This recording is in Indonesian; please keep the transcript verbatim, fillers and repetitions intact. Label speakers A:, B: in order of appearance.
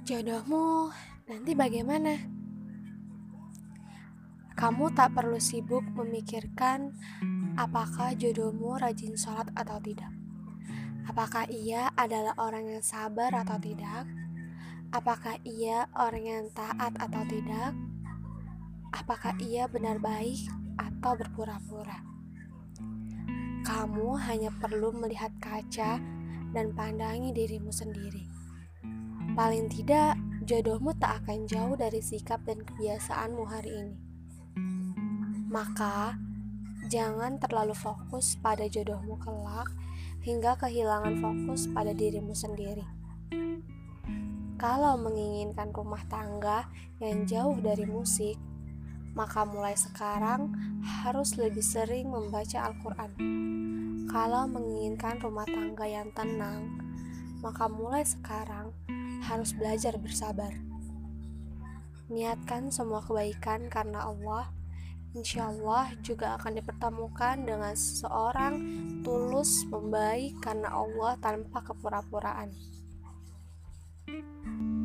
A: Jodohmu nanti bagaimana? Kamu tak perlu sibuk memikirkan apakah jodohmu rajin sholat atau tidak. Apakah ia adalah orang yang sabar atau tidak? Apakah ia orang yang taat atau tidak? Apakah ia benar baik atau berpura-pura? Kamu hanya perlu melihat kaca dan pandangi dirimu sendiri. Paling tidak, jodohmu tak akan jauh dari sikap dan kebiasaanmu hari ini. Maka, jangan terlalu fokus pada jodohmu kelak hingga kehilangan fokus pada dirimu sendiri. Kalau menginginkan rumah tangga yang jauh dari musik, maka mulai sekarang harus lebih sering membaca Al-Quran. Kalau menginginkan rumah tangga yang tenang, maka mulai sekarang harus belajar bersabar. Niatkan semua kebaikan karena Allah. Insya Allah juga akan dipertemukan dengan seseorang tulus membaik karena Allah tanpa kepura-puraan.